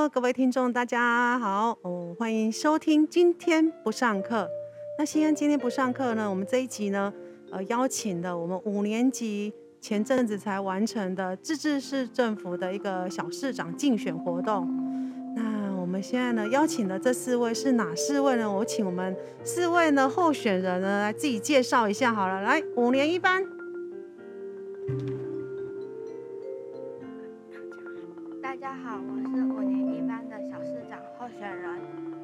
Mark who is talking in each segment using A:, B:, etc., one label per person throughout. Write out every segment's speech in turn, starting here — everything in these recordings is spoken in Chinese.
A: Hello， 各位听众，大家好欢迎收听今天不上课。那西安今天不上课呢，我们这一集呢，邀请了我们5年级前阵子才完成的自治市政府的一个小市长竞选活动。那我们现在呢，邀请的这4位是哪4位呢？我請我们4位呢候选人呢来自己介绍一下好了。来，5年1班。
B: 大家好，我是5年1班的小市长候选人。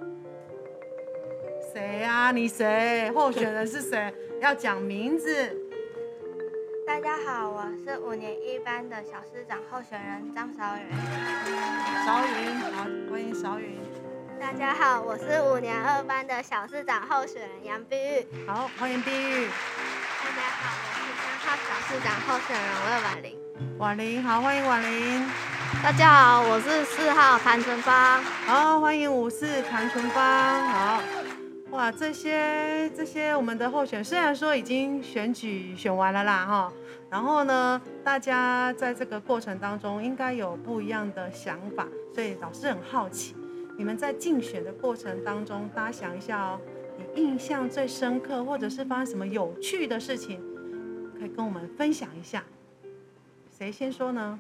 A: 谁啊？你谁？候选人是谁？要讲名字。
B: 大家好，我是5年1班的小市长候选人张韶云。
A: 韶云，好，欢迎韶云。
B: 大家好，我是5年2班的小市长候选人杨碧玉。
A: 好，欢迎碧玉。
B: 大家好，我是3号小市长候选人魏婉玲。
A: 婉玲，好，欢迎婉玲。
B: 大家好，我是4号谭纯芳。
A: 好，欢迎54谭纯芳。好，哇，这些我们的候选虽然说已经选举选完了啦哈，然后呢，大家在这个过程当中应该有不一样的想法，所以老师很好奇，你们在竞选的过程当中，大家想一下哦，你印象最深刻或者是发生什么有趣的事情，可以跟我们分享一下。谁先说呢？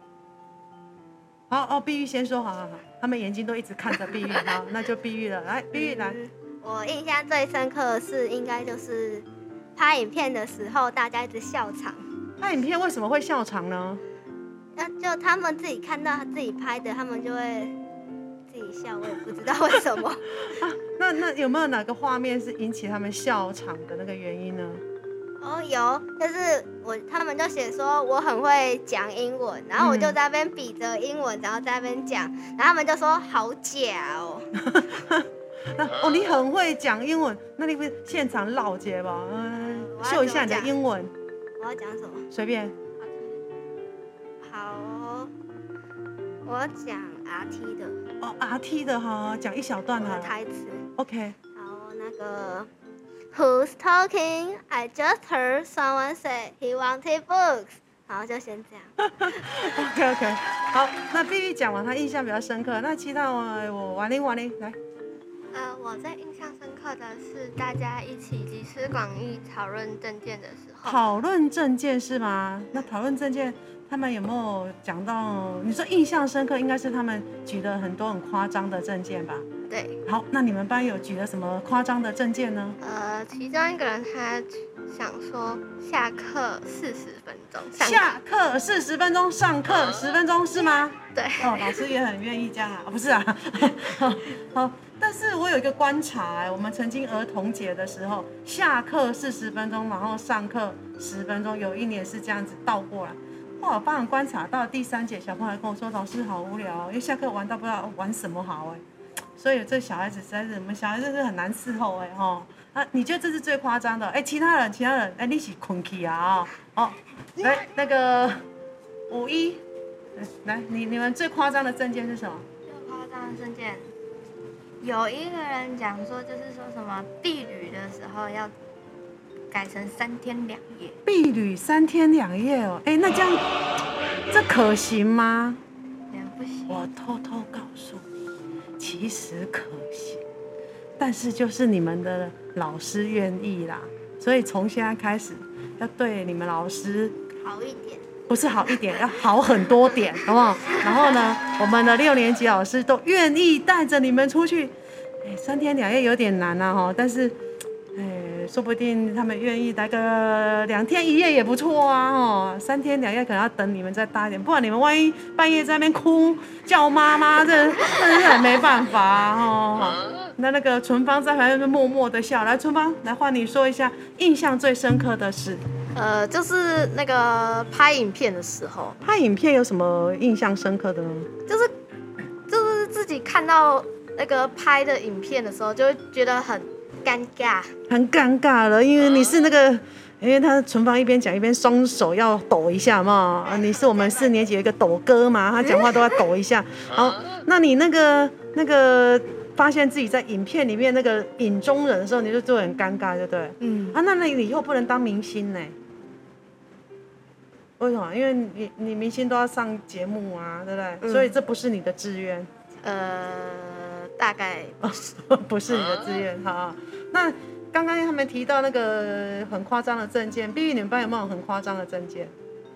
A: 好，碧玉先说，好，他们眼睛都一直看着碧玉，好，那就碧玉了，来，碧玉来。
B: 我印象最深刻的是，应该就是拍影片的时候，大家一直笑场。
A: 拍影片为什么会笑场呢？
B: 就他们自己看到自己拍的，他们就会自己笑，我也不知道为什么。
A: 那有没有哪个画面是引起他们笑场的那个原因呢？
B: 有，就是他们就写说我很会讲英文，然后我就在那边比着英文，然后在那边讲，然后他们就说好假哦。
A: 你很会讲英文，那你会现场绕街吧？秀一下你的英文。
B: 我要讲什么？
A: 随便。
B: 好哦，我要讲 RT 的。
A: RT 的哈，讲一小段哈。
B: 台词。
A: OK。
B: 好，那个。Who's talking? I just heard someone say he wanted books. 好，就先这样。
A: OK， 好，那碧玉讲完，他印象比较深刻。那其他我婉玲来。
B: 我最印象深刻的是大家一起集思广益讨论政见的时候。
A: 讨论政见是吗？那讨论政见，他们有没有讲到？你说印象深刻，应该是他们举了很多很夸张的政见吧？
B: 对。
A: 好，那你们班有举了什么夸张的政见呢？
B: 其中一个人他想说下课40分钟。
A: 下课40分钟，上课10分钟是吗？
B: 对。
A: 老师也很愿意这样啊，不是啊。好。但是我有一个观察，我们曾经儿童节的时候，下课40分钟，然后上课10分钟，有一年是这样子倒过来。哇，我帮人观察到第3节，小朋友跟我说，老师好无聊，因为下课玩到不知道玩什么好所以这小孩子实在是，我们小孩子是很难伺候你觉得这是最夸张的？其他人，你是困去啊来那个51，来你们最夸张的政见是什么？
B: 最夸张的政见。有一个人讲说，就是说什么避旅的时候要改成3天2夜。
A: 避旅3天2夜哦，那这可行吗？
B: 不行。
A: 我偷偷告诉你，其实可行，但是就是你们的老师愿意啦，所以从现在开始要对你们老师
B: 好一点。
A: 不是好一点，要好很多点，好不好？然后呢，我们的6年级老师都愿意带着你们出去。3天2夜有点难但是，说不定他们愿意来个2天1夜也不错啊3天2夜可能要等你们再大一点，不然你们万一半夜在那边哭叫妈妈，真的是很没办法那个纯芳在旁边默默的笑。来，纯芳，来换你说一下印象最深刻的事。
C: 就是那个拍影片的时候。
A: 拍影片有什么印象深刻的呢？
C: 就是自己看到那个拍的影片的时候，就会觉得很尴尬。
A: 很尴尬了，因为你是那个，因为他纯芳一边讲一边双手要抖一下嘛。你是我们4年级有一个抖哥嘛，他讲话都要抖一下。好，那你那个发现自己在影片里面那个影中人的时候，你就很尴尬，对不对？那你以后不能当明星呢？为什么？因为你明星都要上节目啊，对不对？所以这不是你的志愿。
C: 大概
A: 不是你的志愿哈。那刚刚他们提到那个很夸张的证件，碧玉你们班有没有很夸张的证件？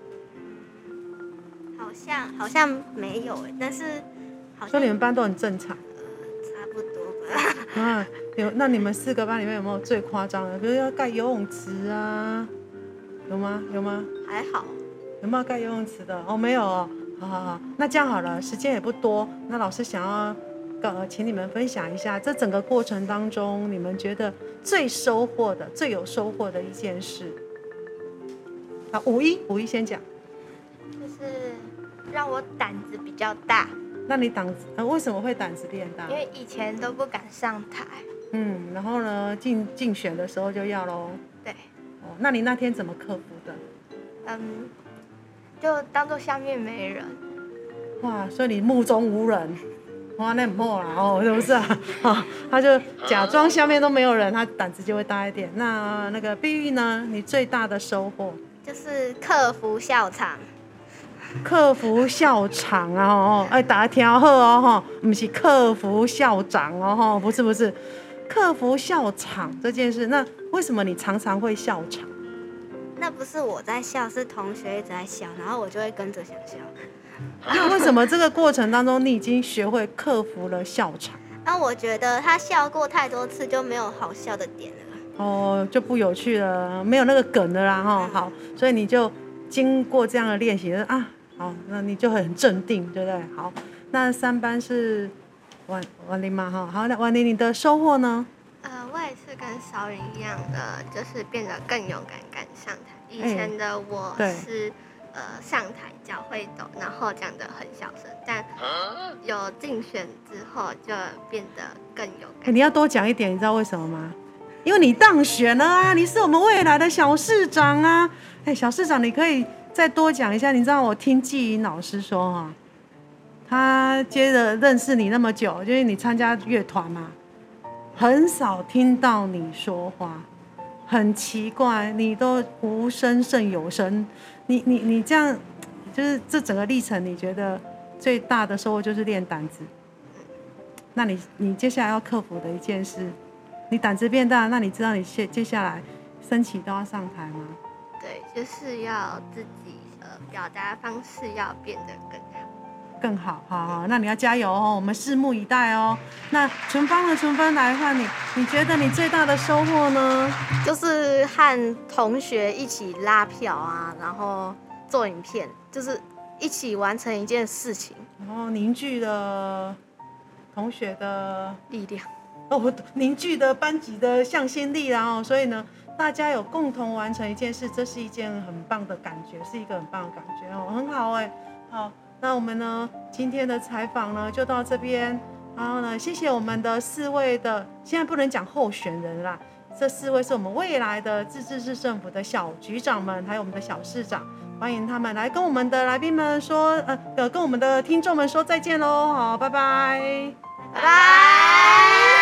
B: 好像没有但是好像
A: 说你们班都很正常。
B: 差不多吧。
A: 啊，那你们4个班里面有没有最夸张的？比如要盖游泳池啊，有吗？
B: 还好。
A: 有没有盖游泳池的？哦，没有哦。好，那这样好了，时间也不多，那老师想要请你们分享一下，这整个过程当中，你们觉得最有收获的一件事。啊，五一先讲。
C: 就是让我胆子比较大。
A: 那你为什么会胆子变大？
C: 因为以前都不敢上台。
A: 然后呢，竞选的时候就要咯。
C: 对。
A: 哦，那你那天怎么克服的？
C: 就当做下面没人。
A: 哇，所以你目中无人。哇，那不好啦哦，是不是啊？他就假装下面都没有人，他胆子就会大一点。那个碧玉呢？你最大的收获？
B: 就是克服校场。
A: 克服校长啊！大家听好哦，不是克服校长哦，不是，克服校场这件事。那为什么你常常会笑场？
B: 那不是我在笑，是同学一直在笑，然后我就会跟着想笑。
A: 那为什么这个过程当中你已经学会克服了笑场？
B: 那我觉得他笑过太多次，就没有好笑的点了。
A: 哦，就不有趣了，没有那个梗了啦哈。好，所以你就经过这样的练习啊，好，那你就很镇定，对不对？好，那3班是婉玲嘛哈。好，那婉玲你的收获呢？
D: 我也是跟韶云一样的，就是变得更勇敢上台。以前的我是上台脚会抖，然后讲得很小声，但有竞选之后就变得更勇敢。
A: 你要多讲一点，你知道为什么吗？因为你当选了啊，你是我们未来的小市长啊。小市长，你可以再多讲一下。你知道我听季莹老师说哈，他接着认识你那么久，就是你参加乐团嘛，很少听到你说话，很奇怪，你都无声胜有声。你这样，就是这整个历程，你觉得最大的收获就是练胆子。那你接下来要克服的一件事，你胆子变大，那你知道你接下来升旗都要上台吗？
D: 对，就是要自己表达方式要变得更好。
A: 好，那你要加油哦，我们拭目以待哦。那纯芳来换你，你觉得你最大的收获呢？
C: 就是和同学一起拉票啊，然后做影片，就是一起完成一件事情，
A: 然后凝聚了同学的
C: 力量。
A: 凝聚的班级的向心力啦哦，所以呢，大家有共同完成一件事，这是一件很棒的感觉，是一个很棒的感觉哦，很好哎。好，那我们呢今天的采访呢就到这边，然后呢谢谢我们的4位的，现在不能讲候选人啦，这4位是我们未来的自治市政府的小局长们，还有我们的小市长，欢迎他们来跟我们的来宾们说，跟我们的听众们说再见喽，好，拜拜，
B: 拜拜。